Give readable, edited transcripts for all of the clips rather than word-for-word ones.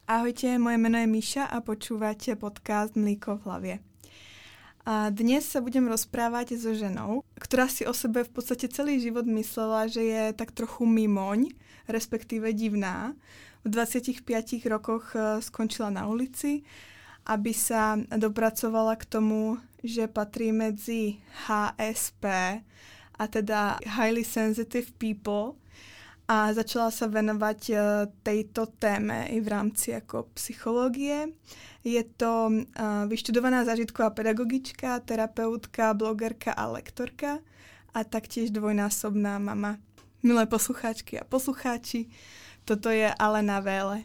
Ahojte, moje meno je Míša a počúvate podcast Mlíko v hlavě. A dnes sa budem rozprávať so ženou, ktorá si o sebe v podstate celý život myslela, že je tak trochu mimoň, respektíve divná. V 25 rokoch skončila na ulici, aby sa dopracovala k tomu, že patrí medzi HSP, a teda Highly Sensitive People, a začala sa venovať tejto téme i v rámci ako psychológie. Je to vyštudovaná zážitková pedagogička, terapeutka, blogerka a lektorka a taktiež dvojnásobná mama. Milé poslucháčky a poslucháči, toto je Alena Véle.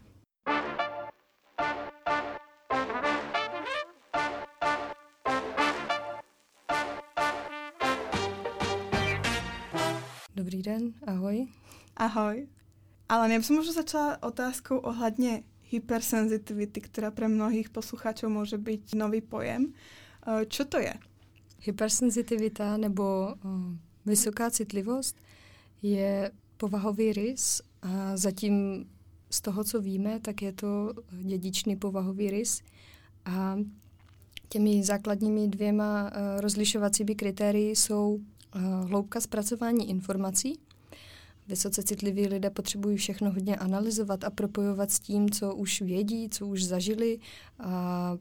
Dobrý den, ahoj. Ahoj. Ale ja by som možno začala otázkou ohľadne hypersenzitivity, ktorá pre mnohých poslucháčov môže byť nový pojem. Čo to je? Hypersenzitivita nebo vysoká citlivost je povahový rys a zatím z toho, co víme, tak je to dědičný povahový rys a těmi základními dvěma rozlišovacími kritérii jsou hloubka zpracování informací. Vysoce citliví lidé potřebují všechno hodně analyzovat a propojovat s tím, co už vědí, co už zažili a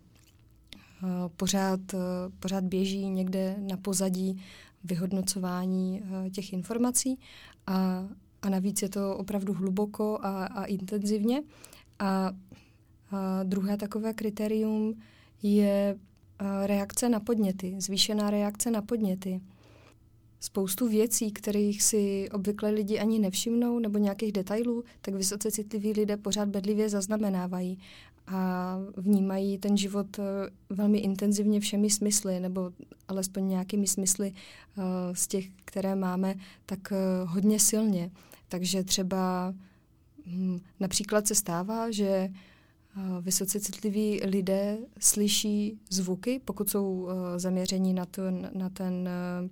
pořád běží někde na pozadí vyhodnocování těch informací a navíc je to opravdu hluboko a intenzivně. A druhé takové kritérium je reakce na podněty, zvýšená reakce na podněty. Spoustu věcí, kterých si obvykle lidi ani nevšimnou, nebo nějakých detailů, tak vysoce citliví lidé pořád bedlivě zaznamenávají a vnímají ten život velmi intenzivně všemi smysly, nebo alespoň nějakými smysly z těch, které máme, tak hodně silně. Takže třeba například se stává, že vysoce citliví lidé slyší zvuky, pokud jsou zaměření na ten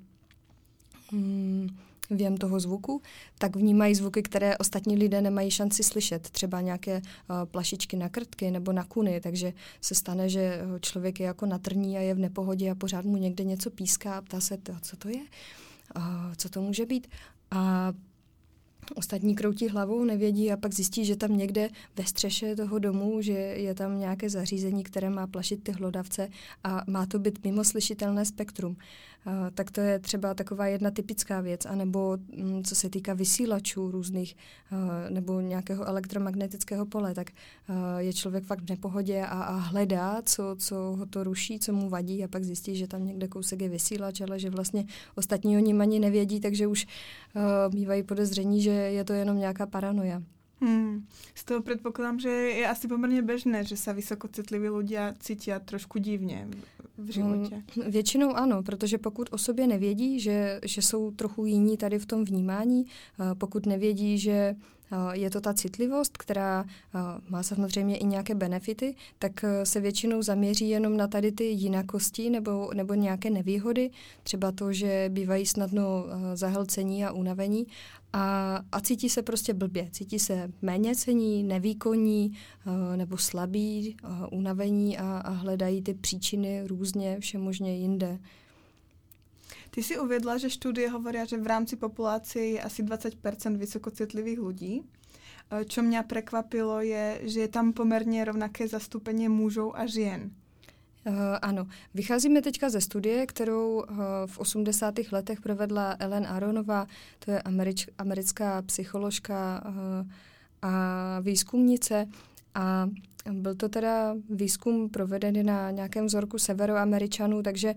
věm toho zvuku, tak vnímají zvuky, které ostatní lidé nemají šanci slyšet. Třeba nějaké plašičky na krtky nebo na kuny, takže se stane, že člověk je jako na trní a je v nepohodě a pořád mu někde něco píská a ptá se, co to je, co to může být. A ostatní kroutí hlavou, nevědí a pak zjistí, že tam někde ve střeše toho domu, že je tam nějaké zařízení, které má plašit ty hlodavce a má to být mimo slyšitelné spektrum. Tak to je třeba taková jedna typická věc. A nebo co se týká vysílačů různých nebo nějakého elektromagnetického pole, tak je člověk fakt v nepohodě a hledá, co ho to ruší, co mu vadí a pak zjistí, že tam někde kousek je vysílač, ale že vlastně ostatní o ním ani nevědí, takže už bývají podezření, že je to jenom nějaká paranoja. Z toho predpokladám, že je asi pomerne bežné, že sa vysokocitliví ľudia cítia trošku divne v životě. Většinou ano, protože pokud o sobě nevědí, že jsou trochu jiní tady v tom vnímání, pokud nevědí, že je to ta citlivost, která má samozřejmě i nějaké benefity, tak se většinou zaměří jenom na tady ty jinakosti nebo nějaké nevýhody, třeba to, že bývají snadno zahlcení a unavení a cítí se prostě blbě, cítí se méněcenní, nevýkonní nebo slabí, unavení a hledají ty příčiny různě všemožně jinde. Ty si uviedla, že štúdie hovoria, že v rámci populácie je asi 20% vysokocitlivých ľudí. Čo mňa prekvapilo je, že je tam pomerne rovnaké zastúpenie mužov a žien. Ano, vycházíme teďka ze studie, kterou v 80. letech provedla Ellen Aronová, to je americká psycholožka a výzkumnice a byl to teda výzkum provedený na nějakém vzorku Severoameričanů, takže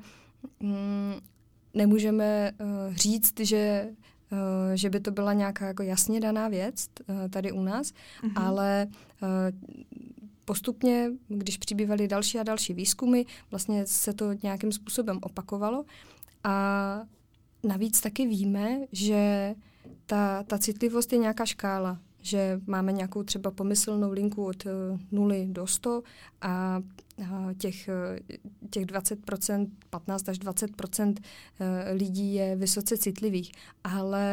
nemůžeme říct, že by to byla nějaká jako jasně daná věc tady u nás, ale postupně, když přibývaly další a další výzkumy, vlastně se to nějakým způsobem opakovalo a navíc taky víme, že ta citlivost je nějaká škála, že máme nějakou třeba pomyslnou linku od 0 do 100 a těch 20%, 15 až 20% lidí je vysoce citlivých. Ale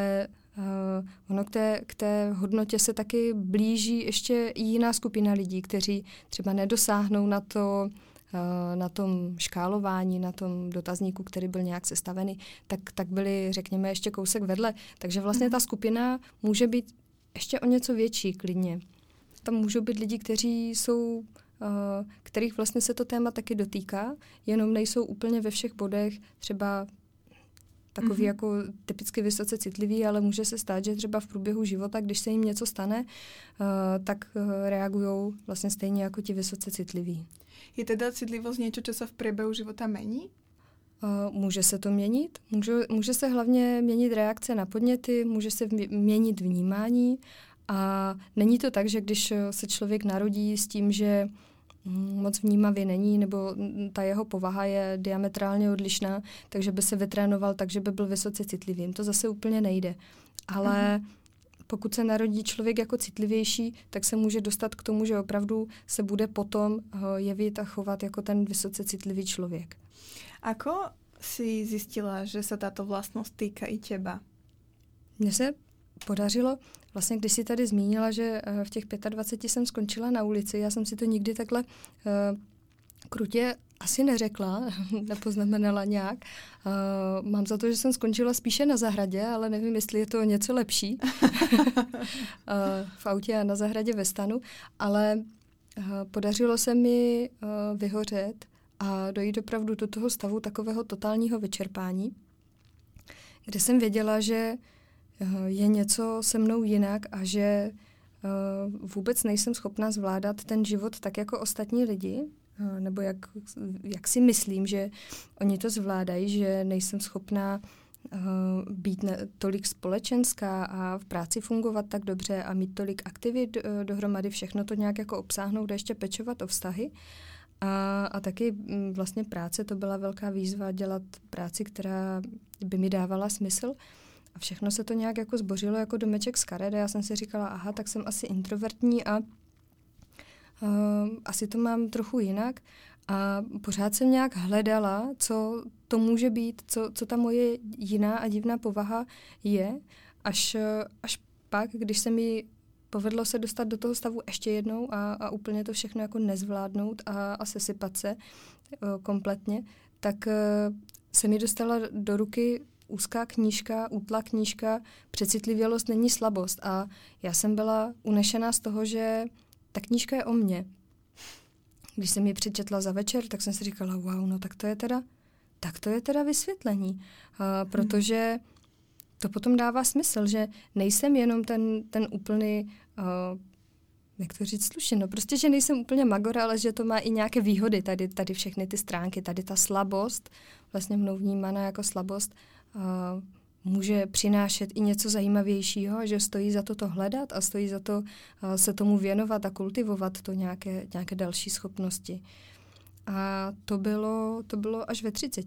Ono k té hodnotě se taky blíží ještě i jiná skupina lidí, kteří třeba nedosáhnou na tom škálování, na tom dotazníku, který byl nějak sestavený, tak byli, řekněme, ještě kousek vedle. Takže vlastně ta skupina může být ještě o něco větší klidně. Tam můžou být lidi, kterých vlastně se to téma taky dotýká, jenom nejsou úplně ve všech bodech třeba takový jako typicky vysoce citlivý, ale může se stát, že třeba v průběhu života, když se jim něco stane, tak reagují vlastně stejně jako ti vysoce citliví. Je teda citlivost něco, co se v průběhu života mění? Může se to měnit. Může se hlavně měnit reakce na podněty, může se měnit vnímání a není to tak, že když se člověk narodí s tím, že moc vnímavý není, nebo ta jeho povaha je diametrálně odlišná, takže by se vytrénoval tak, že by byl vysoce citlivým. To zase úplně nejde. Ale pokud se narodí člověk jako citlivější, tak se může dostat k tomu, že opravdu se bude potom jevit a chovat jako ten vysoce citlivý člověk. Ako si zjistila, že se tato vlastnost týká i těba? Mně se podařilo, vlastně když jsi tady zmínila, že v těch 25 jsem skončila na ulici, já jsem si to nikdy takhle krutě asi neřekla, nepoznamenala nějak. Mám za to, že jsem skončila spíše na zahradě, ale nevím, jestli je to něco lepší v autě a na zahradě ve stanu, ale podařilo se mi vyhořet a dojít opravdu do toho stavu takového totálního vyčerpání, kde jsem věděla, že je něco se mnou jinak a že vůbec nejsem schopná zvládat ten život tak jako ostatní lidi, nebo jak si myslím, že oni to zvládají, že nejsem schopná být tolik společenská a v práci fungovat tak dobře a mít tolik aktivit dohromady, všechno to nějak jako obsáhnout a ještě pečovat o vztahy. A taky vlastně práce, to byla velká výzva dělat práci, která by mi dávala smysl. A všechno se to nějak jako zbořilo jako domeček z karet a já jsem si říkala, aha, tak jsem asi introvertní a asi to mám trochu jinak. A pořád jsem nějak hledala, co to může být, co ta moje jiná a divná povaha je, až pak, když se mi povedlo se dostat do toho stavu ještě jednou a úplně to všechno jako nezvládnout a sesypat se kompletně, tak se mi dostala do ruky úzká knížka, útlá knížka Přecitlivělost není slabost. A já jsem byla unešená z toho, že ta knížka je o mně. Když jsem ji přečetla za večer, tak jsem si říkala, wow, no tak to je teda vysvětlení. Protože to potom dává smysl, že nejsem jenom ten úplný, jak to říct slušně, no prostě, že nejsem úplně magor, ale že to má i nějaké výhody, tady všechny ty stránky, tady ta slabost, vlastně mnou vnímaná jako slabost, může přinášet i něco zajímavějšího, že stojí za to hledat a stojí za to se tomu věnovat a kultivovat to nějaké další schopnosti. A to bylo až ve 30.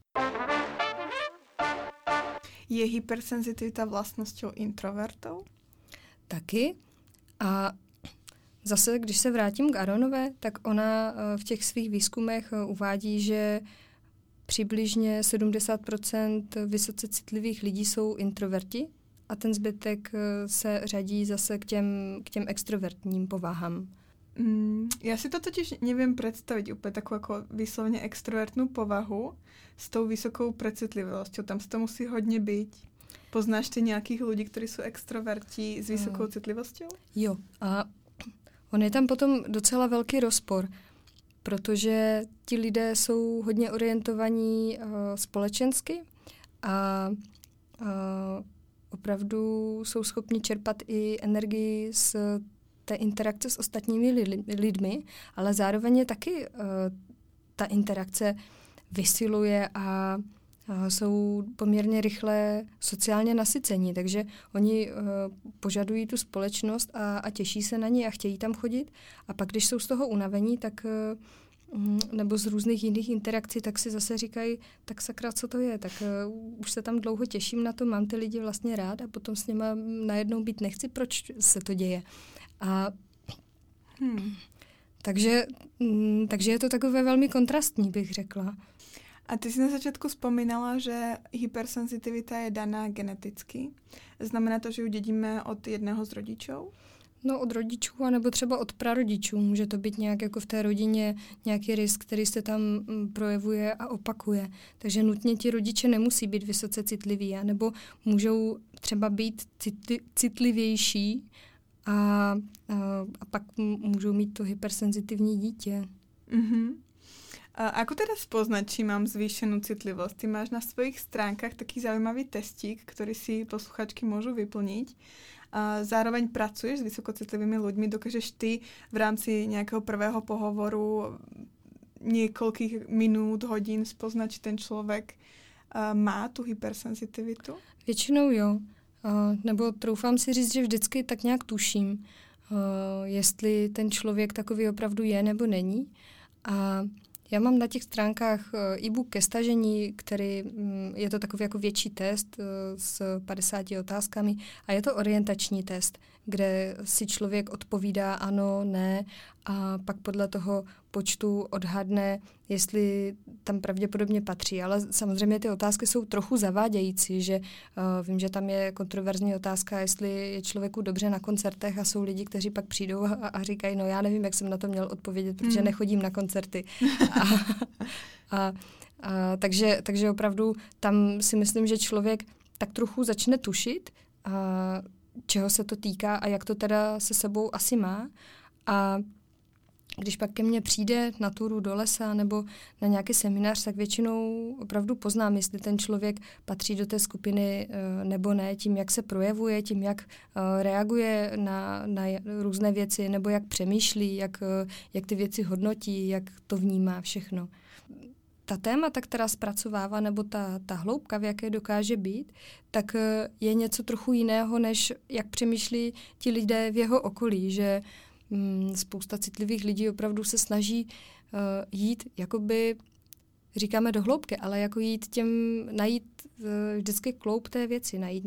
Je hypersenzitivita vlastnosťou introvertov? Taky. A zase, když se vrátím k Aronové, tak ona v těch svých výzkumech uvádí, že přibližně 70% vysoce citlivých lidí jsou introverti a ten zbytek se řadí zase k těm extrovertním povahám. Já si to totiž nevím představit úplně takovou jako vyslovně extrovertnou povahu s tou vysokou precitlivostí. Tam se to musí hodně být. Poznáš ty nějakých lidí, kteří jsou extroverti s vysokou citlivostí? Jo. A on je tam potom docela velký rozpor, protože ti lidé jsou hodně orientovaní společensky a opravdu jsou schopni čerpat i energii z té interakce s ostatními lidmi, ale zároveň je taky ta interakce vysiluje a jsou poměrně rychle sociálně nasycení, takže oni požadují tu společnost a těší se na ní a chtějí tam chodit. A pak, když jsou z toho unavení, tak nebo z různých jiných interakcí, tak si zase říkají, tak sakra, co to je, tak už se tam dlouho těším na to, mám ty lidi vlastně rád a potom s nima najednou být nechci, proč se to děje. A takže je to takové velmi kontrastní, bych řekla. A ty si na začiatku spomínala, že hypersenzitivita je daná geneticky. Znamená to, že ju dědíme od jedného z rodičů? No od rodičů, anebo třeba od prarodičů. Může to být nějak jako v té rodině nějaký rys, který se tam projevuje a opakuje. Takže nutně ti rodiče nemusí být vysoce citliví, anebo můžou třeba být citlivější a pak můžou mít to hypersenzitivní dítě. Uh-huh. A ako teda spoznať, či mám zvýšenú citlivosť? Ty máš na svojich stránkach taký zaujímavý testík, ktorý si posluchačky môžu vyplniť. A zároveň pracuješ s vysokocitlivými ľuďmi. Dokážeš ty v rámci nejakého prvého pohovoru niekoľkých minút, hodín spoznať, či ten človek má tu hypersenzitivitu? Většinou jo. Nebo troufám si říct, že vždycky tak nějak tuším, jestli ten člověk takový opravdu je nebo není. A já mám na těch stránkách e-book ke stažení, který je to takový jako větší test s 50 otázkami a je to orientační test, kde si člověk odpovídá ano, ne a pak podle toho počtu odhadne, jestli tam pravděpodobně patří. Ale samozřejmě ty otázky jsou trochu zavádějící, že vím, že tam je kontroverzní otázka, jestli je člověku dobře na koncertech a jsou lidi, kteří pak přijdou a říkají, no já nevím, jak jsem na to měl odpovědět, protože nechodím na koncerty. Takže opravdu tam si myslím, že člověk tak trochu začne tušit, čeho se to týká a jak to teda se sebou asi má. A když pak ke mně přijde na túru do lesa nebo na nějaký seminář, tak většinou opravdu poznám, jestli ten člověk patří do té skupiny nebo ne, tím, jak se projevuje, tím, jak reaguje na různé věci nebo jak přemýšlí, jak ty věci hodnotí, jak to vnímá všechno. Ta témata, která zpracovává, nebo ta hloubka, v jaké dokáže být, tak je něco trochu jiného, než jak přemýšlí ti lidé v jeho okolí, že spousta citlivých lidí opravdu se snaží jít, jakoby, říkáme do hloubky, ale jako najít vždycky kloub té věci, najít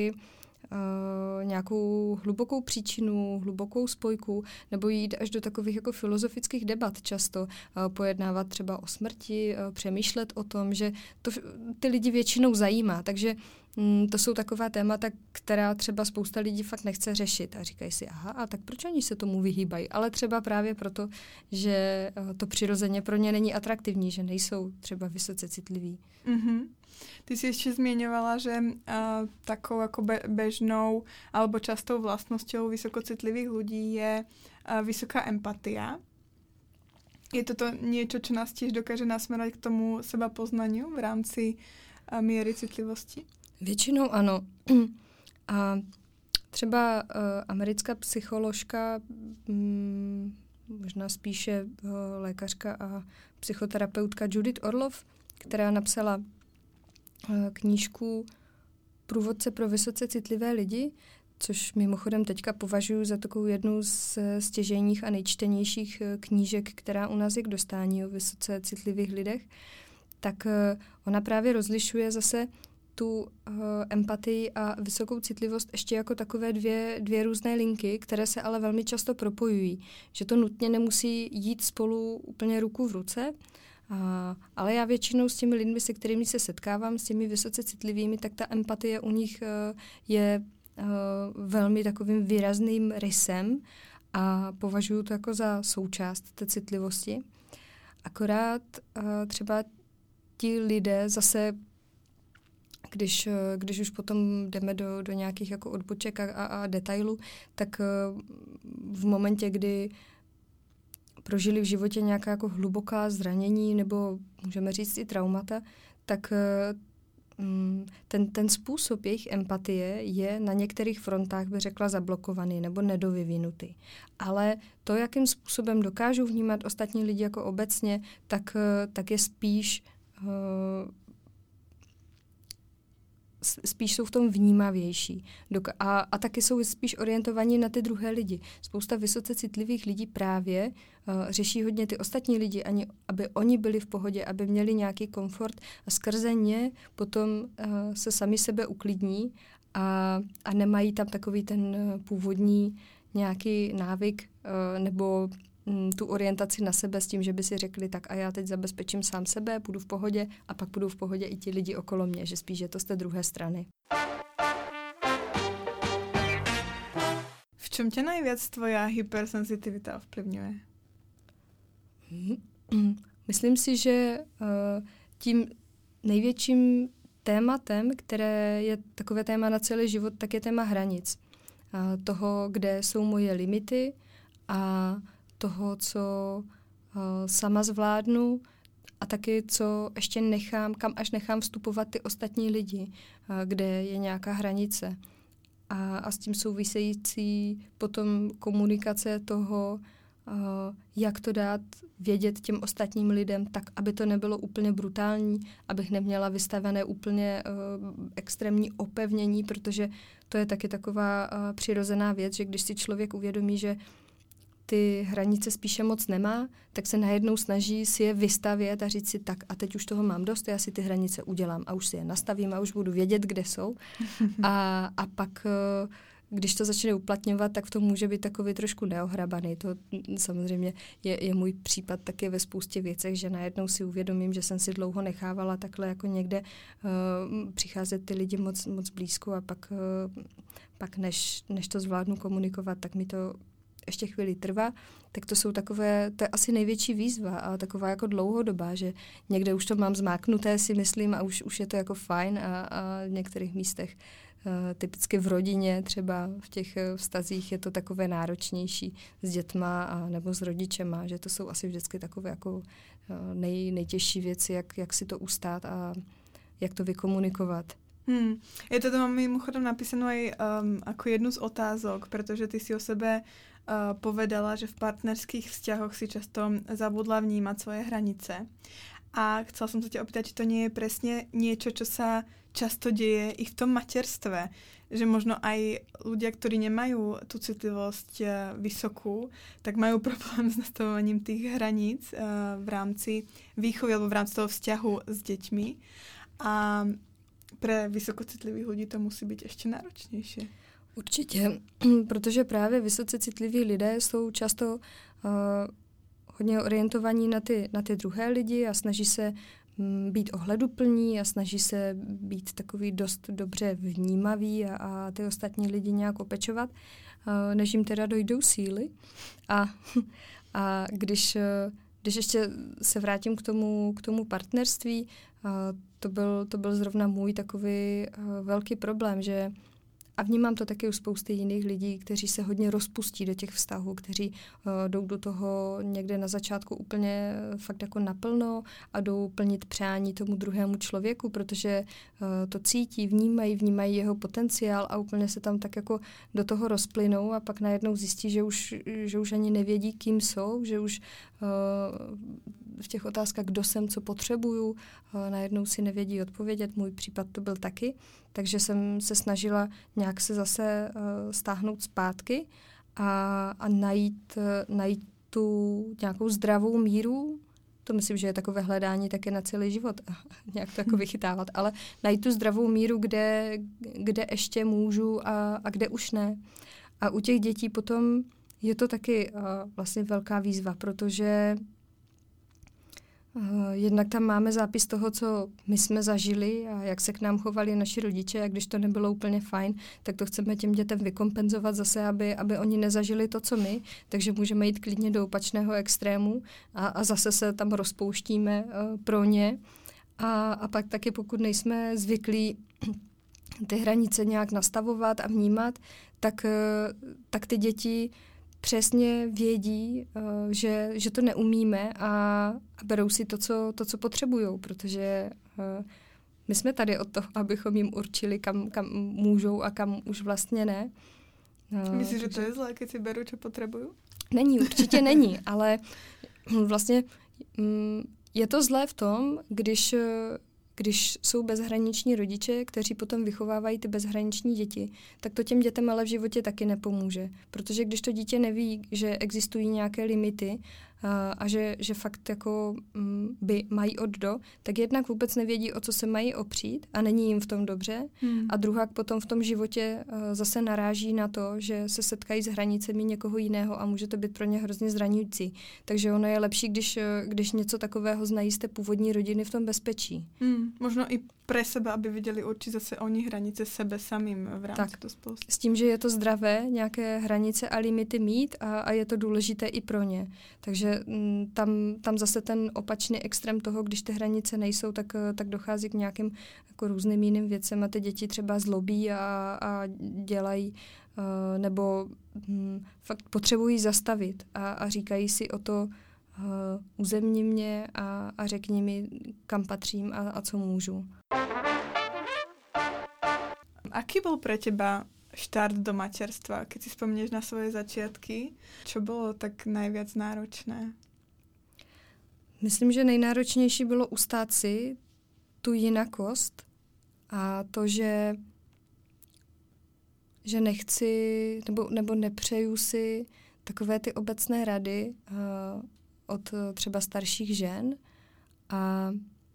nějakou hlubokou příčinu, hlubokou spojku, nebo jít až do takových jako filozofických debat často, pojednávat třeba o smrti, přemýšlet o tom, že to ty lidi většinou zajímá, takže to jsou taková témata, která třeba spousta lidí fakt nechce řešit a říkají si, aha, a tak proč oni se tomu vyhýbají? Ale třeba právě proto, že to přirozeně pro ně není atraktivní, že nejsou třeba vysoce citliví. Mm-hmm. Ty si ešte zmieňovala, že takou ako bežnou alebo častou vlastnosťou vysokocitlivých ľudí je vysoká empatia. Je toto niečo, čo nás tiež dokáže nasmerovať k tomu seba poznaniu v rámci miery citlivosti? Většinou ano. A třeba americká psycholožka, možná spíše lékařka a psychoterapeutka Judith Orloff, která napsala knížku Průvodce pro vysoce citlivé lidi, což mimochodem teďka považuji za takovou jednu z stěžejních a nejčtenějších knížek, která u nás je k dostání o vysoce citlivých lidech, tak ona právě rozlišuje zase tu empatii a vysokou citlivost ještě jako takové dvě různé linky, které se ale velmi často propojují. Že to nutně nemusí jít spolu úplně ruku v ruce, ale já většinou s těmi lidmi, se kterými se setkávám, s těmi vysoce citlivými, tak ta empatie u nich je velmi takovým výrazným rysem a považuji to jako za součást té citlivosti. Akorát třeba ti lidé zase, když už potom jdeme do nějakých jako odboček a detailů, tak v momentě, kdy prožili v životě nějaká jako hluboká zranění nebo můžeme říct i traumata, tak ten způsob jejich empatie je na některých frontách, bych řekla, zablokovaný nebo nedovyvinutý. Ale to, jakým způsobem dokážou vnímat ostatní lidi jako obecně, tak je spíš jsou v tom vnímavější. A taky jsou spíš orientovaní na ty druhé lidi. Spousta vysoce citlivých lidí právě řeší hodně ty ostatní lidi, aby oni byli v pohodě, aby měli nějaký komfort a skrze ně potom se sami sebe uklidní a nemají tam takový ten původní nějaký návyk nebo tu orientaci na sebe s tím, že by si řekli, tak a já teď zabezpečím sám sebe, budu v pohodě a pak budou v pohodě i ti lidi okolo mě, že spíš je to z té druhé strany. V čom ťa najviac tvoja hypersenzitivita ovplyvňuje? Myslím si, že tím největším tématem, které je takové téma na celý život, tak je téma hranic. Toho, kde jsou moje limity a toho, co sama zvládnu a taky, co ještě kam až nechám vstupovat ty ostatní lidi, kde je nějaká hranice. A s tím související potom komunikace toho, jak to dát vědět těm ostatním lidem, tak, aby to nebylo úplně brutální, abych neměla vystavené úplně extrémní opevnění, protože to je taky taková přirozená věc, že když si člověk uvědomí, že ty hranice spíše moc nemá, tak se najednou snaží si je vystavět a říct si tak a teď už toho mám dost, já si ty hranice udělám a už si je nastavím a už budu vědět, kde jsou. A pak když to začne uplatňovat, tak v tom může být takový trošku neohrabaný. To samozřejmě je můj případ taky ve spoustě věcech, že najednou si uvědomím, že jsem si dlouho nechávala takhle jako někde přicházet ty lidi moc blízko a pak než to zvládnu komunikovat, tak mi to ještě chvíli trvá, tak to jsou takové, to je asi největší výzva a taková jako dlouhodobá, že někde už to mám zmáknuté, si myslím, a už je to jako fajn a v některých místech typicky v rodině, třeba v těch vztazích je to takové náročnější s dětma a nebo s rodičema, že to jsou asi vždycky takové jako nejtěžší věci, jak si to ustát a jak to vykomunikovat. Ja to mám mimochodom napísanú aj ako jednu z otázok, pretože ty si o sebe povedala, že v partnerských vzťahoch si často zabudla vnímať svoje hranice. A chcela som sa ťa opýtať, či to nie je presne niečo, čo sa často deje i v tom materstve. Že možno aj ľudia, ktorí nemajú tú citlivosť vysokú, tak majú problém s nastavovaním tých hraníc v rámci výchovy alebo v rámci toho vzťahu s deťmi. A pre vysokocitlivých lidí to musí být ještě náročnější. Určitě, protože právě vysoce citliví lidé jsou často hodně orientovaní na ty druhé lidi a snaží se být ohleduplní a snaží se být takový dost dobře vnímaví a ty ostatní lidi nějak opečovat, než jim teda dojdou síly. A když ještě se vrátím k tomu partnerství, to byl zrovna můj takový velký problém, že a vnímám to taky u spousty jiných lidí, kteří se hodně rozpustí do těch vztahů, kteří jdou do toho někde na začátku úplně fakt jako naplno a jdou plnit přání tomu druhému člověku, protože to cítí, vnímají jeho potenciál a úplně se tam tak jako do toho rozplynou a pak najednou zjistí, že už ani nevědí, kým jsou, že už v těch otázkách, kdo jsem, co potřebuju, najednou si nevědí odpovědět. Můj případ to byl taky, takže jsem se snažila nějak se zase stáhnout zpátky a najít tu nějakou zdravou míru. To myslím, že je takové hledání také na celý život, nějak to jako vychytávat, ale najít tu zdravou míru, kde ještě můžu a kde už ne. A u těch dětí potom je to taky vlastně velká výzva, protože jednak tam máme zápis toho, co my jsme zažili a jak se k nám chovali naši rodiče a když to nebylo úplně fajn, tak to chceme těm dětem vykompenzovat zase, aby oni nezažili to, co my, takže můžeme jít klidně do opačného extrému a zase se tam rozpouštíme pro ně a pak taky pokud nejsme zvyklí ty hranice nějak nastavovat a vnímat, tak ty děti přesně vědí, že to neumíme a berou si to, co potřebujou, protože my jsme tady od toho, abychom jim určili, kam můžou a kam už vlastně ne. Myslíš, že to je zlé, když si beru, co potřebuju? Není, určitě není, ale vlastně je to zlé v tom, když jsou bezhraniční rodiče, kteří potom vychovávají ty bezhraniční děti, tak to těm dětem ale v životě taky nepomůže. Protože když to dítě neví, že existují nějaké limity a že fakt jako by mají od do, tak jednak vůbec nevědí, o co se mají opřít a není jim v tom dobře. A druhá potom v tom životě zase naráží na to, že se setkají s hranicemi někoho jiného a může to být pro ně hrozně zraňující. Takže ono je lepší, když něco takového znají z té původní rodiny v tom bezpečí. Možno i pre sebe, aby viděli určitě zase oni hranice sebe samým v rámci dospělosti. S tím, že je to zdravé, nějaké hranice a limity mít a je to důležité i pro ně. Takže tam zase ten opačný extrém toho, když ty hranice nejsou, tak dochází k nějakým jako různým jiným věcem a ty děti třeba zlobí a dělají nebo fakt potřebují zastavit a říkají si o to uzemni mě a řekni mi, kam patřím a co můžu. Aký bol pre teba štart do materstva? Keď si spomínaš na svoje začiatky, čo bolo tak najviac náročné? Myslím, že nejnáročnější bylo ustát si tu jinakost a to, že nechci nebo nepřeju si takové ty obecné rady od třeba starších žen a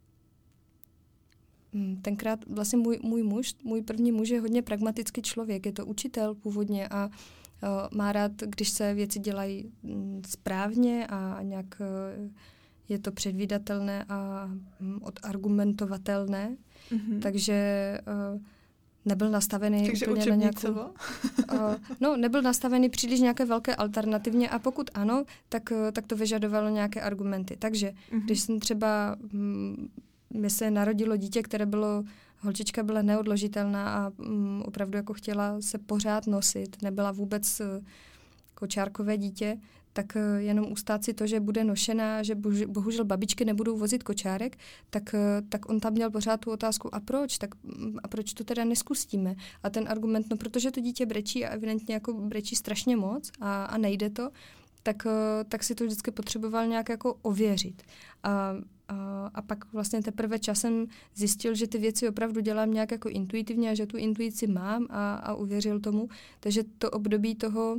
tenkrát vlastně můj první muž je hodně pragmatický člověk, je to učitel původně a má rád, když se věci dělají správně a nějak je to předvídatelné a odargumentovatelné, takže nebyl nastavený takže úplně na nějakou... nebyl nastavený příliš nějaké velké alternativně a pokud ano, tak to vyžadovalo nějaké argumenty. Takže když jsem třeba... Mně se narodilo dítě, holčička byla neodložitelná a opravdu jako chtěla se pořád nosit, nebyla vůbec kočárkové dítě, tak jenom ustát si to, že bude nošená, že bohužel babičky nebudou vozit kočárek, tak on tam měl pořád tu otázku, a proč? A proč to teda neskusíme? A ten argument, no protože to dítě brečí a evidentně jako brečí strašně moc a nejde to, tak si to vždycky potřeboval nějak jako ověřit. A pak vlastně teprve časem zjistil, že ty věci opravdu dělám nějak jako intuitivně a že tu intuici mám a uvěřil tomu. Takže to období toho,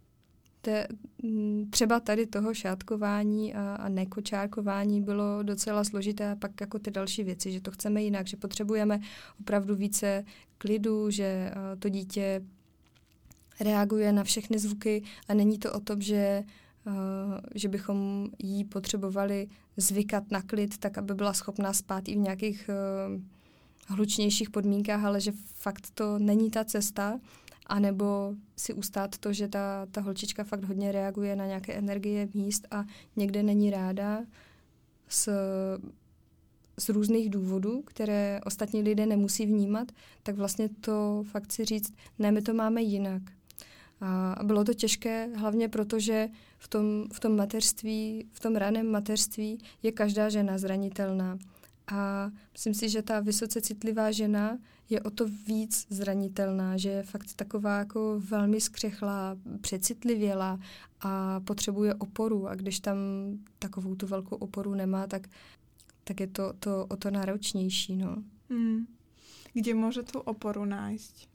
třeba tady toho šátkování a nekočárkování bylo docela složité a pak jako ty další věci, že to chceme jinak, že potřebujeme opravdu více klidu, že to dítě reaguje na všechny zvuky a není to o tom, že bychom jí potřebovali zvykat na klid, tak aby byla schopná spát i v nějakých hlučnějších podmínkách, ale že fakt to není ta cesta, anebo si ustát to, že ta holčička fakt hodně reaguje na nějaké energie míst a někde není ráda z různých důvodů, které ostatní lidé nemusí vnímat, tak vlastně to fakt si říct, ne, my to máme jinak. A bylo to těžké, hlavně proto, že v tom mateřství, v tom raném mateřství je každá žena zranitelná. A myslím si, že ta vysoce citlivá žena je o to víc zranitelná, že je fakt taková jako velmi skřechlá, přecitlivělá a potřebuje oporu. A když tam takovou tu velkou oporu nemá, tak je to o to náročnější. No. Kde může tu oporu najít?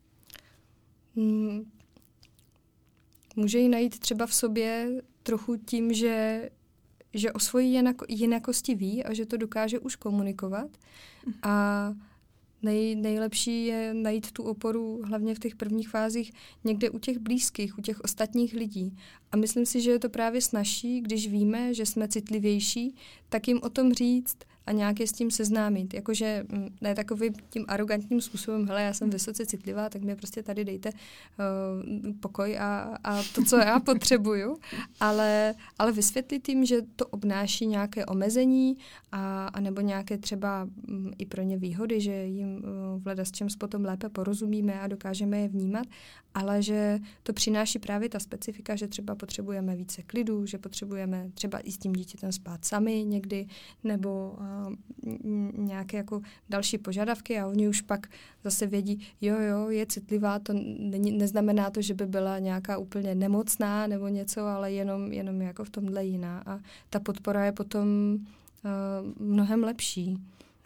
Může ji najít třeba v sobě trochu tím, že o svojí jinakosti ví a že to dokáže už komunikovat. A nejlepší je najít tu oporu hlavně v těch prvních fázích někde u těch blízkých, u těch ostatních lidí. A myslím si, že je to právě snazší, když víme, že jsme citlivější, tak jim o tom říct a nějak je s tím seznámit. Jakože ne takovým tím arrogantním způsobem, hele, já jsem vysoce citlivá, tak mi prostě tady dejte pokoj a to, co já potřebuju, ale vysvětlit jim, že to obnáší nějaké omezení a nebo nějaké třeba i pro ně výhody, že jim v ledasčems potom lépe porozumíme a dokážeme je vnímat, ale že to přináší právě ta specifika, že třeba potřebujeme více klidu, že potřebujeme třeba i s tím dítětem spát sami někdy, nebo nějaké jako další požadavky a oni už pak zase vědí, jo, je citlivá, to neznamená to, že by byla nějaká úplně nemocná nebo něco, ale jenom jako v tomhle jiná. A ta podpora je potom mnohem lepší.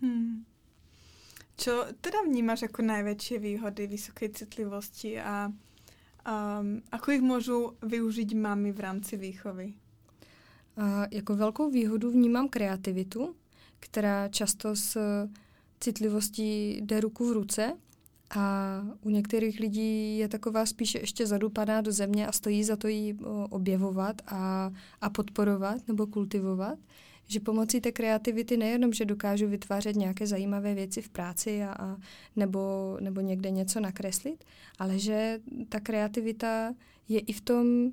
Čo teda vnímaš jako najväčšie výhody vysokej citlivosti a ako ich môžu využiť mami v rámci výchovy? jako velkou výhodu vnímám kreativitu, která často s citlivostí jde ruku v ruce a u některých lidí je taková spíše ještě zadupaná do země a stojí za to ji objevovat a podporovat nebo kultivovat. Že pomocí té kreativity nejenom, že dokážu vytvářet nějaké zajímavé věci v práci nebo někde něco nakreslit, ale že ta kreativita je i v tom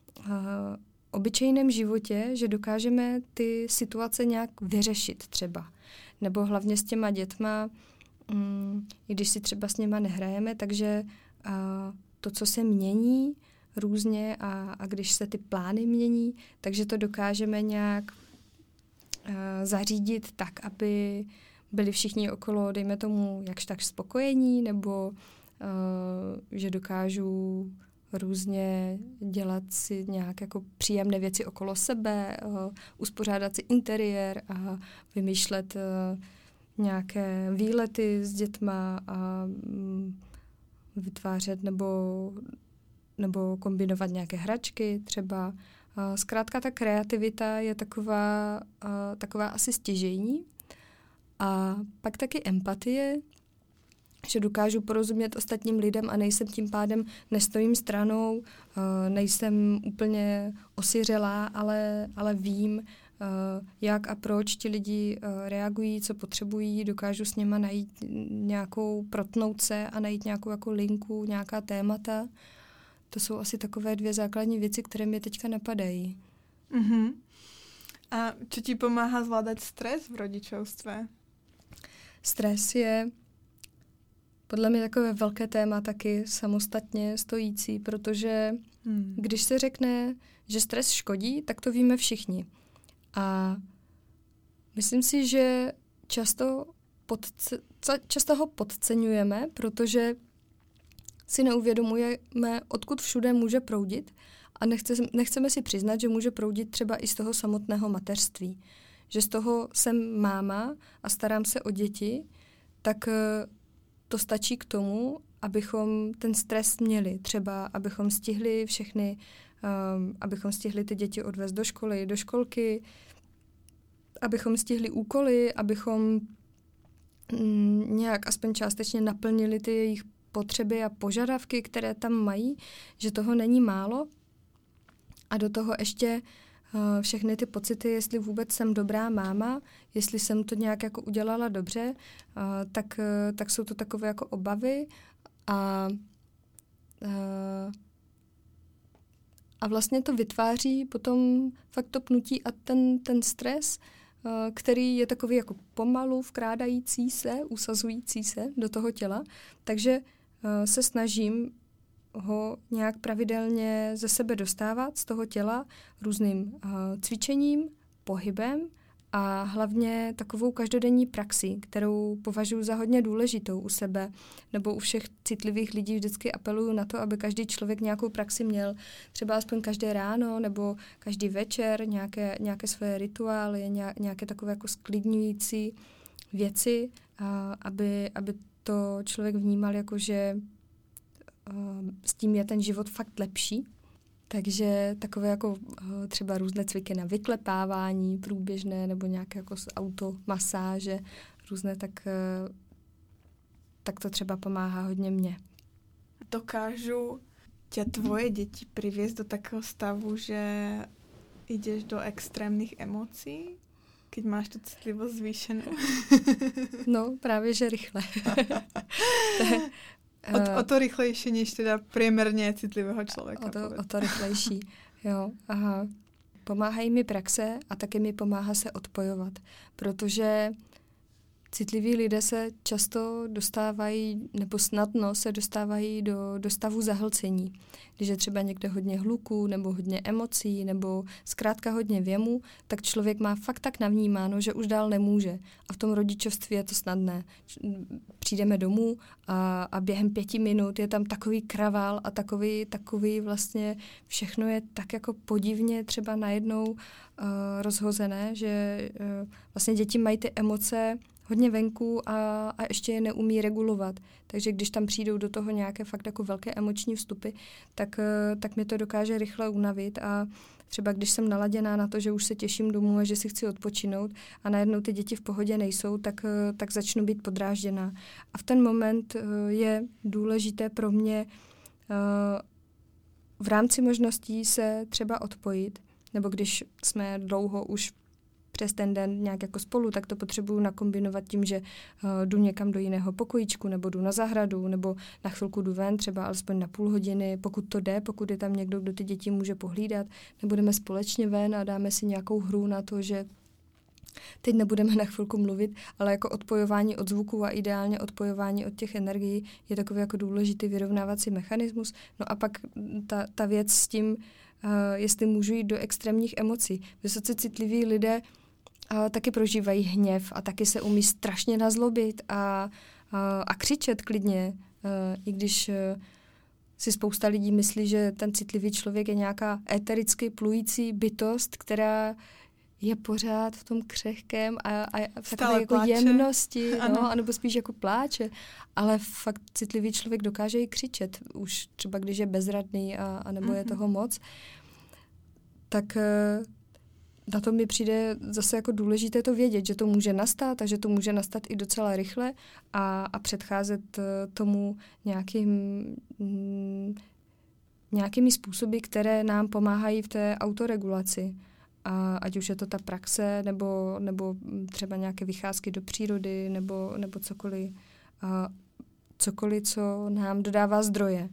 obyčejném životě, že dokážeme ty situace nějak vyřešit třeba. Nebo hlavně s těma dětma, i když si třeba s něma nehrajeme, takže to, co se mění různě a když se ty plány mění, takže to dokážeme nějak zařídit tak, aby byli všichni okolo, dejme tomu, jakž tak spokojení, nebo že dokážu různě dělat si nějak jako příjemné věci okolo sebe, uspořádat si interiér a vymýšlet nějaké výlety s dětma a vytvářet nebo kombinovat nějaké hračky třeba. Zkrátka ta kreativita je taková asi stěžejní. A pak taky empatie, že dokážu porozumět ostatním lidem a nejsem tím pádem, nestojím stranou, nejsem úplně osiřelá, ale vím, jak a proč ti lidi reagují, co potřebují, dokážu s nima najít protnout se a najít nějakou jako linku, nějaká témata. To jsou asi takové 2 základní věci, které mě teďka napadají. Uh-huh. A co ti pomáhá zvládat stres v rodičovstve? Stres je podle mě takové velké téma taky samostatně stojící, protože když se řekne, že stres škodí, tak to víme všichni. A myslím si, že často ho podceňujeme, protože si neuvědomujeme, odkud všude může proudit a nechceme si přiznat, že může proudit třeba i z toho samotného mateřství. Že z toho jsem máma a starám se o děti, tak to stačí k tomu, abychom ten stres měli. Třeba abychom stihli abychom stihli ty děti odvést do školy, do školky, abychom stihli úkoly, abychom nějak aspoň částečně naplnili ty jejich potřeby a požadavky, které tam mají, že toho není málo. A do toho ještě všechny ty pocity, jestli vůbec jsem dobrá máma, jestli jsem to nějak jako udělala dobře, tak jsou to takové jako obavy a vlastně to vytváří potom fakt to pnutí a ten stres, který je takový jako pomalu vkrádající se, usazující se do toho těla. Takže se snažím ho nějak pravidelně ze sebe dostávat z toho těla různým cvičením, pohybem a hlavně takovou každodenní praxi, kterou považuji za hodně důležitou u sebe nebo u všech citlivých lidí. Vždycky apeluju na to, aby každý člověk nějakou praxi měl, třeba aspoň každé ráno nebo každý večer, nějaké svoje rituály, nějaké takové jako sklidňující věci, aby to člověk vnímal jako, že s tím je ten život fakt lepší. Takže takové jako třeba různé cviky na vyklepávání průběžné nebo nějaké jako automasáže různé, tak to třeba pomáhá hodně mně. Dokážu tě tvoje děti priviesť do takého stavu, že ideš do extrémnych emocí, keď máš tu citlivosť zvýšenú? No, právě že rychle. O to rychlejší, než teda priemerně citlivého člověka. O to rychlejší, jo. Aha. Pomáhají mi praxe a taky mi pomáhá se odpojovat, protože citliví lidé se často dostávají, nebo snadno se dostávají do stavu zahlcení. Když je třeba někde hodně hluku, nebo hodně emocí, nebo zkrátka hodně věmu, tak člověk má fakt tak navnímáno, že už dál nemůže. A v tom rodičovství je to snadné. Přijdeme domů a během 5 minut je tam takový kravál a takový vlastně všechno je tak jako podivně třeba najednou rozhozené, že vlastně děti mají ty emoce hodně venku a ještě je neumí regulovat. Takže když tam přijdou do toho nějaké fakt jako velké emoční vstupy, tak mě to dokáže rychle unavit a Třeba když jsem naladěná na to, že už se těším domů a že si chci odpočinout a najednou ty děti v pohodě nejsou, tak začnu být podrážděná. A v ten moment je důležité pro mě v rámci možností se třeba odpojit, nebo když jsme dlouho už přes ten den nějak jako spolu, tak to potřebuju nakombinovat tím, že jdu někam do jiného pokojíčku, nebo jdu na zahradu, nebo na chvilku jdu ven, třeba alespoň na půl hodiny, pokud to jde, pokud je tam někdo, kdo ty děti může pohlídat, nebo jdeme společně ven a dáme si nějakou hru na to, že teď nebudeme na chvilku mluvit, ale jako odpojování od zvuku a ideálně odpojování od těch energií je takový jako důležitý vyrovnávací mechanismus. No a pak ta věc s tím, jestli můžu jít do extrémních emocí. Vysoce citliví lidé taky prožívají hněv a taky se umí strašně nazlobit a křičet klidně, i když si spousta lidí myslí, že ten citlivý člověk je nějaká étericky plující bytost, která je pořád v tom křehkém a v takové jako jemnosti, anebo spíš jako pláče. Ale fakt citlivý člověk dokáže i křičet, už třeba když je bezradný a nebo je toho moc. Tak na to mi přijde zase jako důležité to vědět, že to může nastat a že to může nastat i docela rychle a předcházet tomu nějakými způsoby, které nám pomáhají v té autoregulaci. A ať už je to ta praxe, nebo třeba nějaké vycházky do přírody, nebo cokoliv, co nám dodává zdroje.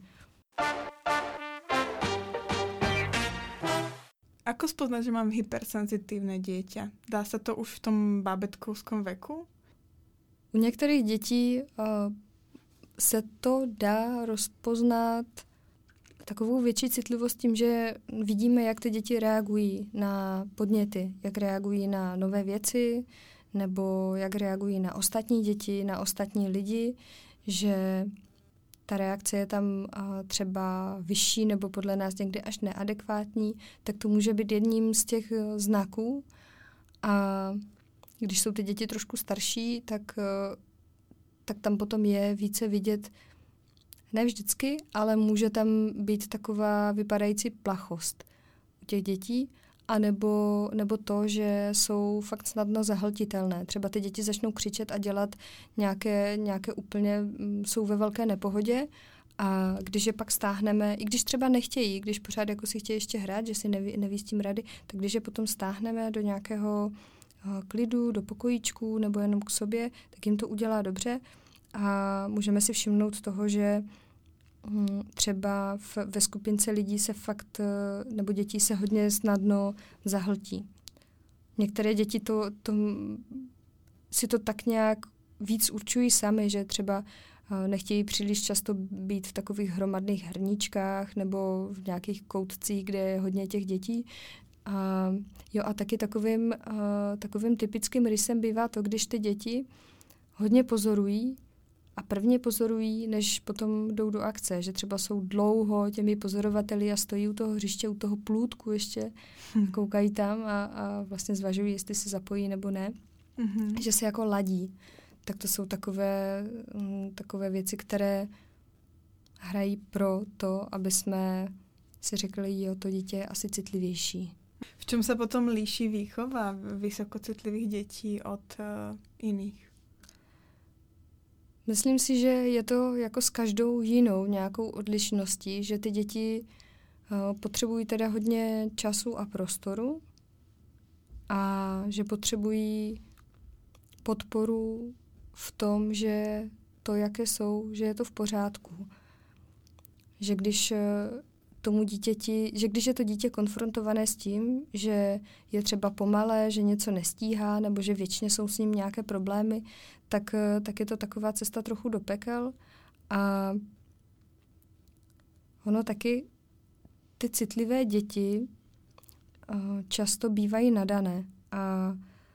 Ako spoznať, že mám hypersenzitívne dieťa? Dá sa to už v tom bábätkovskom veku? U některých dětí se to dá rozpoznat takovou větší citlivost tím, že vidíme, jak ty děti reagují na podněty, jak reagují na nové věci, nebo jak reagují na ostatní děti, na ostatní lidi, že ta reakce je tam třeba vyšší nebo podle nás někdy až neadekvátní, tak to může být jedním z těch znaků. A když jsou ty děti trošku starší, tak tam potom je více vidět, ne vždycky, ale může tam být taková vypadající plachost u těch dětí, nebo to, že jsou fakt snadno zahltitelné. Třeba ty děti začnou křičet a dělat nějaké úplně, jsou ve velké nepohodě a když je pak stáhneme, i když třeba nechtějí, když pořád jako si chtějí ještě hrát, že si neví s tím rady, tak když je potom stáhneme do nějakého klidu, do pokojíčku nebo jenom k sobě, tak jim to udělá dobře a můžeme si všimnout toho, že třeba ve skupince lidí se fakt, nebo dětí se hodně snadno zahltí. Některé děti si to tak nějak víc určují sami, že třeba nechtějí příliš často být v takových hromadných hrníčkách nebo v nějakých koutcích, kde je hodně těch dětí. A taky takovým typickým rysem bývá to, když ty děti hodně pozorují a prvně pozorují, než potom jdou do akce, že třeba jsou dlouho těmi pozorovateli a stojí u toho hřiště, u toho plůtku ještě, koukají tam a vlastně zvažují, jestli se zapojí nebo ne, že se jako ladí. Tak to jsou takové věci, které hrají pro to, aby jsme si řekli, jo, to dítě je asi citlivější. V čem se potom líší výchova vysokocitlivých dětí od jiných? Myslím si, že je to jako s každou jinou nějakou odlišností, že ty děti potřebují teda hodně času a prostoru a že potřebují podporu v tom, že to, jaké jsou, že je to v pořádku. Že když když je to dítě konfrontované s tím, že je třeba pomalé, že něco nestíhá, nebo že věčně jsou s ním nějaké problémy, tak je to taková cesta trochu do pekel. A ono taky, ty citlivé děti často bývají nadané. A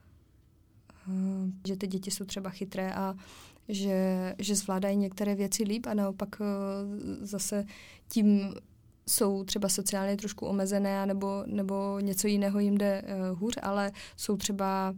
že ty děti jsou třeba chytré a že zvládají některé věci líp a naopak zase tím jsou třeba sociálně trošku omezené nebo něco jiného jim jde hůř, ale jsou třeba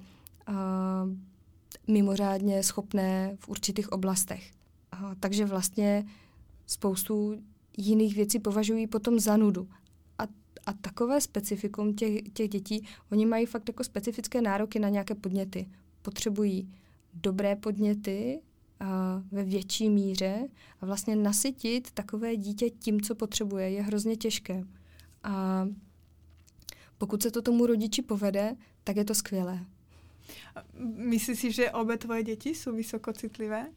mimořádně schopné v určitých oblastech. Takže vlastně spoustu jiných věcí považují potom za nudu. A takové specifikum těch dětí, oni mají fakt jako specifické nároky na nějaké podněty. Potřebují dobré podněty ve větší míře a vlastně nasytit takové dítě tím, co potřebuje, je hrozně těžké. A pokud se to tomu rodiči povede, tak je to skvělé. Myslíš si, že obě tvoje děti jsou vysokocitlivé?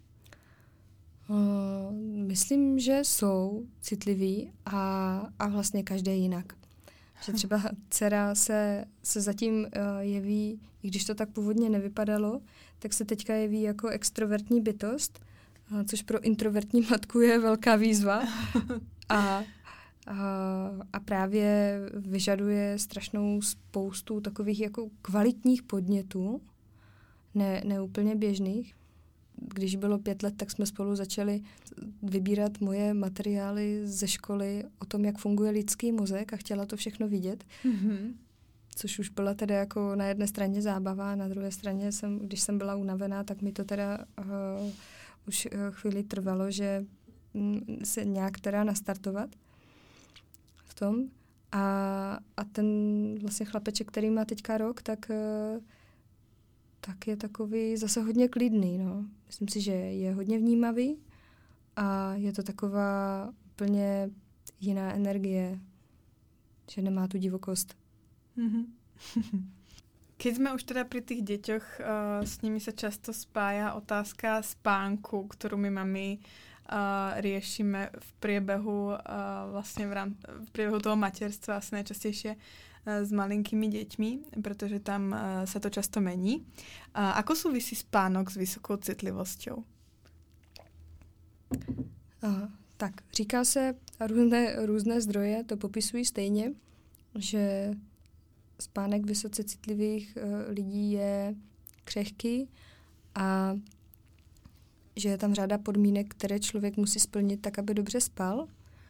Myslím, že jsou citliví a vlastně každé jinak. Že třeba dcera se zatím jeví, i když to tak původně nevypadalo, tak se teďka jeví jako extrovertní bytost, což pro introvertní matku je velká výzva. A právě vyžaduje strašnou spoustu takových jako kvalitních podnětů, ne úplně běžných. Když bylo 5 let, tak jsme spolu začali vybírat moje materiály ze školy o tom, jak funguje lidský mozek a chtěla to všechno vidět. Mm-hmm. Což už byla teda jako na jedné straně zábava, na druhé straně když jsem byla unavená, tak mi to teda už chvíli trvalo, že se nějak teda nastartovat v tom. A ten vlastně chlapeček, který má teďka rok, tak je takový zase hodně klidný. No. Myslím si, že je hodně vnímavý a je to taková úplně jiná energie, že nemá tu divokost. Mm-hmm. Keď sme už teda pri tých deťoch, s nimi sa často spája otázka spánku, ktorú my mami riešime v priebehu vlastne v priebehu toho materstva asi najčastejšie s malinkými deťmi, pretože tam sa to často mení. Ako súvisí spánok s vysokou citlivosťou? Tak, říká se, různé zdroje to popisují stejně, že spánek vysoce citlivých lidí je křehký a že je tam řada podmínek, které člověk musí splnit tak, aby dobře spal.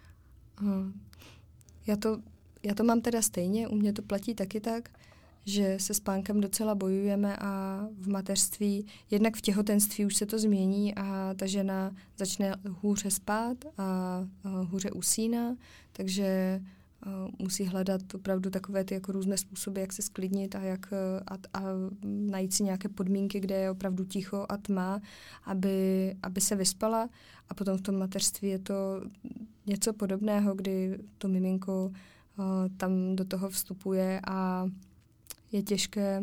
Já to mám teda stejně, u mě to platí taky tak, že se spánkem docela bojujeme a v mateřství, jednak v těhotenství už se to změní a ta žena začne hůře spát a hůře usíná, takže musí hledat opravdu takové ty jako různé způsoby, jak se sklidnit a najít si nějaké podmínky, kde je opravdu ticho a tma, aby se vyspala. A potom v tom mateřství je to něco podobného, kdy to miminko tam do toho vstupuje a je těžké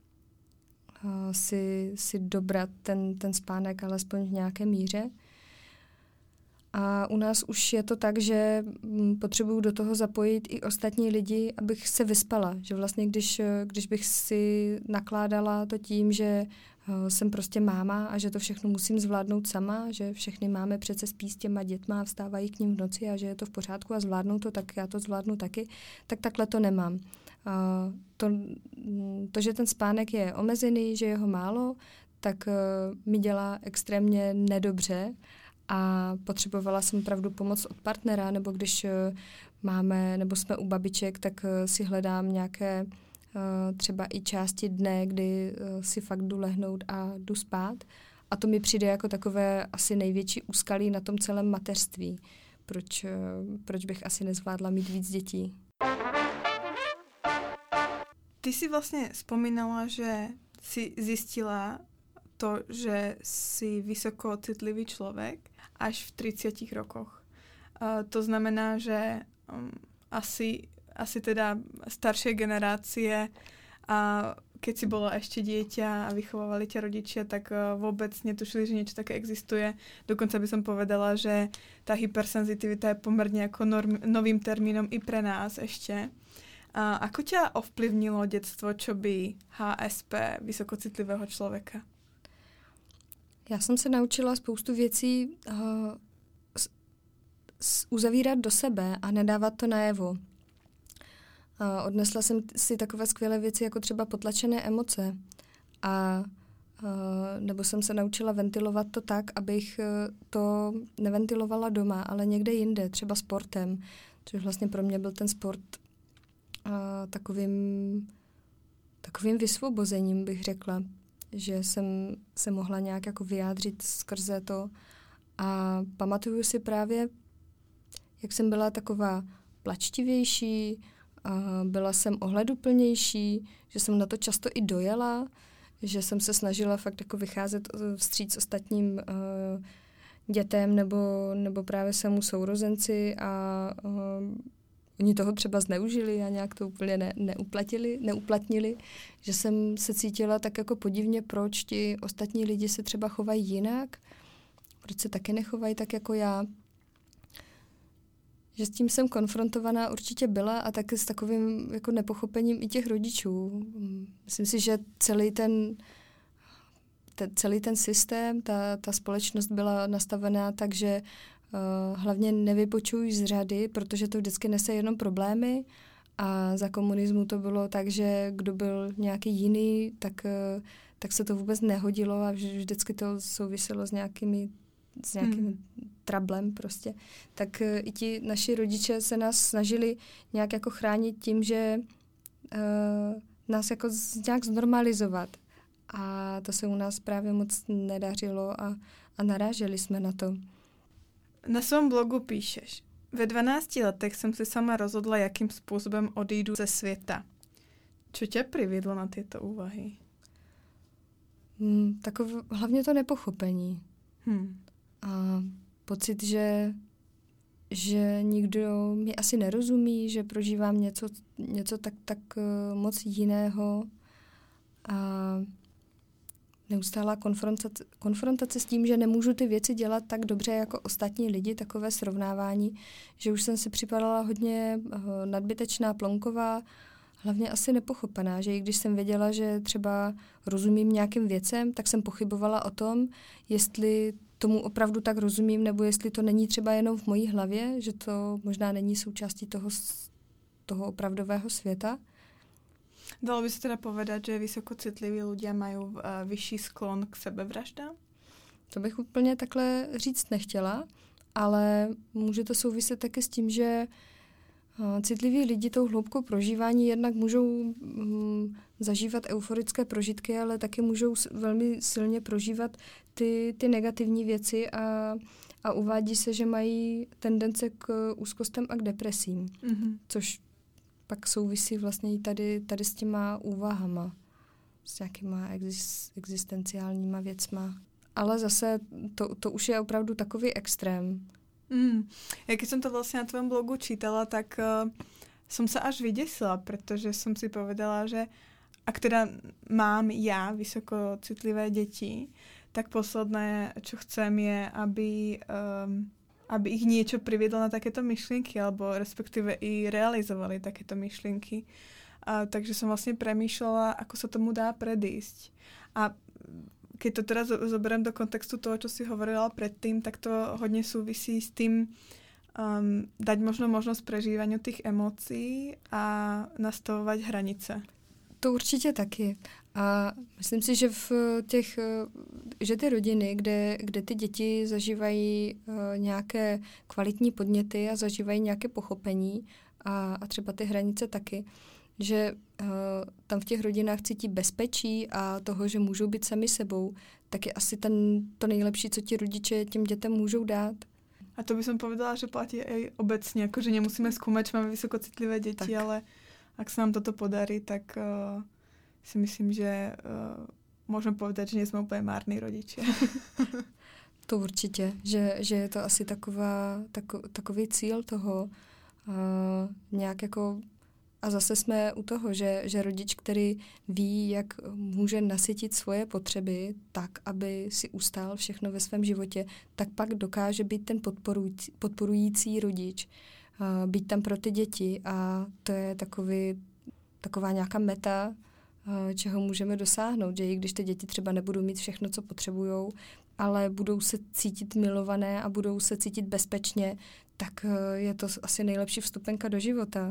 si dobrat ten spánek alespoň v nějaké míře. A u nás už je to tak, že potřebuju do toho zapojit i ostatní lidi, abych se vyspala. Že vlastně, když bych si nakládala to tím, že jsem prostě máma a že to všechno musím zvládnout sama, že všechny máme přece spí s těma dětma a vstávají k ním v noci a že je to v pořádku a zvládnou to, tak já to zvládnu taky, tak takhle to nemám. To, že ten spánek je omezený, že je ho málo, tak mi dělá extrémně nedobře a potřebovala jsem opravdu pomoc od partnera, nebo když nebo jsme u babiček, tak si hledám nějaké třeba i části dne, kdy si fakt jdu lehnout a jdu spát. A to mi přijde jako takové asi největší úskalí na tom celém mateřství. Proč bych asi nezvládla mít víc dětí? Ty si vlastně vzpomínala, že si zjistila to, že si vysoko citlivý človek až v 30 rokoch. To znamená, že asi teda staršie generácie a keď si bola ešte dieťa a vychovávali ťa rodičia, tak vôbec netušili, že niečo také existuje. Dokonca by som povedala, že tá hypersenzitivita je pomerne ako novým termínom i pre nás ešte. A ako ťa ovplyvnilo detstvo, čo by HSP, vysokocitlivého človeka? Já jsem se naučila spoustu věcí uzavírat do sebe a nedávat to najevo. Odnesla jsem si takové skvělé věci, jako třeba potlačené emoce. Nebo jsem se naučila ventilovat to tak, abych to neventilovala doma, ale někde jinde, třeba sportem. Což vlastně pro mě byl ten sport takovým vysvobozením, bych řekla. Že jsem se mohla nějak jako vyjádřit skrze to. A pamatuju si právě, jak jsem byla taková plačtivější byla jsem ohleduplnější, že jsem na to často i dojela, že jsem se snažila fakt jako vycházet vstříc ostatním dětem nebo právě svému sourozenci a oni toho třeba zneužili a nějak to úplně neuplatnili, že jsem se cítila tak jako podivně, proč ti ostatní lidi se třeba chovají jinak, proč se taky nechovají tak jako já. Že s tím jsem konfrontovaná určitě byla a taky s takovým jako nepochopením i těch rodičů. Myslím si, že celý ten systém, ta společnost byla nastavená tak, že hlavně nevypočuj z řady, protože to vždycky nese jenom problémy a za komunismu to bylo tak, že kdo byl nějaký jiný, tak se to vůbec nehodilo a vždycky to souviselo s nějakým trablem prostě. Tak i ti naši rodiče se nás snažili nějak jako chránit tím, že nás jako nějak znormalizovat. A to se u nás právě moc nedařilo a naráželi jsme na to. Na svém blogu píšeš: ve 12 letech jsem si sama rozhodla, jakým způsobem odejdu ze světa. Co tě přivedlo na tyto úvahy? Hlavně to nepochopení. A pocit, že nikdo mi asi nerozumí, že prožívám něco tak moc jiného. A neustálá konfrontace s tím, že nemůžu ty věci dělat tak dobře jako ostatní lidi, takové srovnávání, že už jsem si připadala hodně nadbytečná, plonková, hlavně asi nepochopená, že i když jsem věděla, že třeba rozumím nějakým věcem, tak jsem pochybovala o tom, jestli tomu opravdu tak rozumím, nebo jestli to není třeba jenom v mojí hlavě, že to možná není součástí toho opravdového světa. Dalo by se teda povedať, že vysokocitliví ľudia majú vyšší sklon k sebevraždám? To bych úplně takhle říct nechtěla, ale může to souviset také s tím, že citliví lidi tou hloubkou prožívání jednak můžou zažívat euforické prožitky, ale taky můžou velmi silně prožívat ty negativní věci a uvádí se, že mají tendence k úzkostem a k depresím, což pak souvisí vlastně i tady s těma úvahama, s nějakýma existenciálníma věcma. Ale zase to už je opravdu takový extrém. Ja keď som to vlastne na tvojom blogu čítala, tak som sa až vydesila, pretože som si povedala, že ak teda mám ja vysokocitlivé deti, tak posledné, čo chcem je, aby ich niečo priviedlo na takéto myšlienky, alebo respektíve i realizovali takéto myšlienky. Takže som vlastne premýšľala, ako sa tomu dá predísť. A keď to teraz zoberiem do kontextu toho, čo si hovorila predtým, tak to hodne súvisí s tým dať možno možnosť prežívaniu tých emócií a nastavovať hranice. To určitě taky. A myslím si, že že ty rodiny, kde ty děti zažívají nějaké kvalitní podněty a zažívají nějaké pochopení a třeba ty hranice taky, že tam v těch rodinách cítí bezpečí a toho, že můžou být sami sebou, tak je asi to nejlepší, co ti rodiče těm dětem můžou dát. A to by som povedala, že platí aj obecne, akože nemusíme skúmať, že máme vysokocitlivé deti, tak. Ale ak sa nám toto podarí, tak si myslím, že môžeme povedať, že nie sme úplne márni rodiče. To určitě, že je to asi takový cíl toho nějak jako. A zase jsme u toho, že rodič, který ví, jak může nasytit svoje potřeby tak, aby si ustál všechno ve svém životě, tak pak dokáže být ten podporující rodič, být tam pro ty děti a to je taková nějaká meta, čeho můžeme dosáhnout, že i když ty děti třeba nebudou mít všechno, co potřebujou, ale budou se cítit milované a budou se cítit bezpečně, tak je to asi nejlepší vstupenka do života.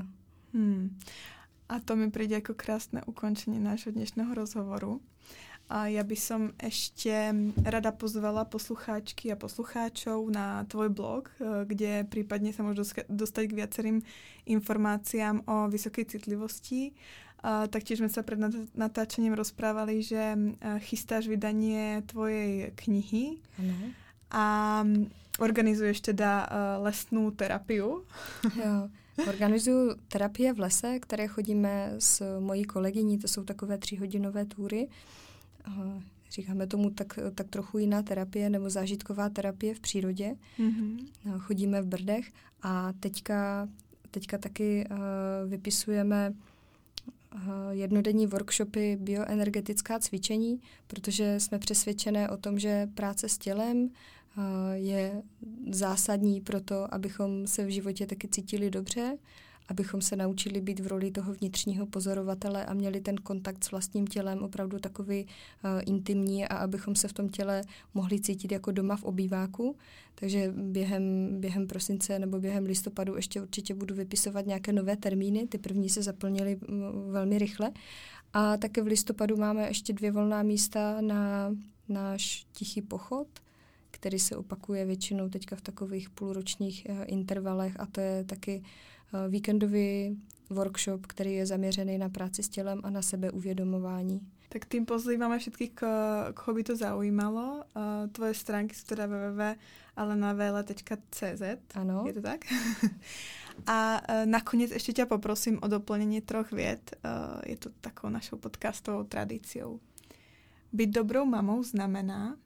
A to mi príde ako krásne ukončenie nášho dnešného rozhovoru. A ja by som ešte rada pozvala poslucháčky a poslucháčov na tvoj blog, kde prípadne sa môžu dostať k viacerým informáciám o vysokej citlivosti. Taktiež sme sa pred natáčaním rozprávali, že chystáš vydanie tvojej knihy. Ano. A organizuješ teda lesnú terapiu. Jo. Organizuju terapie v lese, které chodíme s mojí kolegyní, to jsou takové 3hodinové túry. Říkáme tomu tak trochu jiná terapie nebo zážitková terapie v přírodě. Chodíme v Brdech a teďka taky vypisujeme jednodenní workshopy bioenergetická cvičení, protože jsme přesvědčené o tom, že práce s tělem je zásadní pro to, abychom se v životě taky cítili dobře, abychom se naučili být v roli toho vnitřního pozorovatele a měli ten kontakt s vlastním tělem opravdu takový intimní a abychom se v tom těle mohli cítit jako doma v obýváku. Takže během prosince nebo během listopadu ještě určitě budu vypisovat nějaké nové termíny. Ty první se zaplnily velmi rychle. A také v listopadu máme ještě 2 volná místa na náš tichý pochod, který se opakuje většinou teďka v takových půlročních intervalech a to je taky víkendový workshop, který je zaměřený na práci s tělem a na sebeuvědomování. Tak tým pozývame všetkých, koho by to zaujímalo. Tvoje stránky sú teda www.alenavele.cz. Ano. Je to tak? A nakoniec ešte ťa poprosím o doplnenie 3 vied. Je to takou našou podcastovou tradíciou. Byť dobrou mamou znamená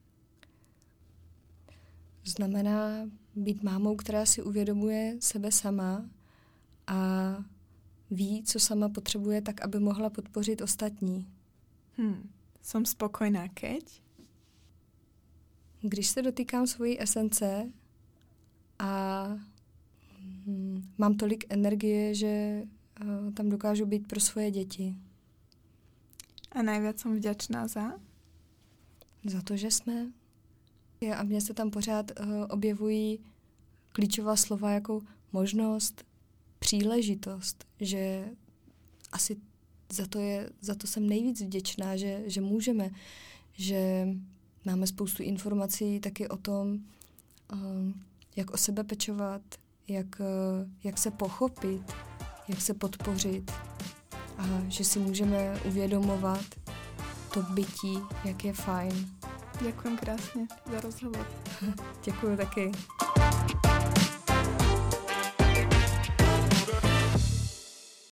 být mámou, která si uvědomuje sebe sama a ví, co sama potřebuje, tak, aby mohla podpořit ostatní. Som spokojná, keď? Když se dotýkám svojí esence a mám tolik energie, že tam dokážu být pro svoje děti. A najviac som vďačná za? Za to, že jsme. A mně se tam pořád objevují klíčová slova jako možnost, příležitost, že asi za to jsem nejvíc vděčná, že můžeme, že máme spoustu informací taky o tom, jak o sebe pečovat, jak se pochopit, jak se podpořit a že si můžeme uvědomovat to bytí, jak je fajn. Ďakujem krásne za rozhovor. Děkuju taky.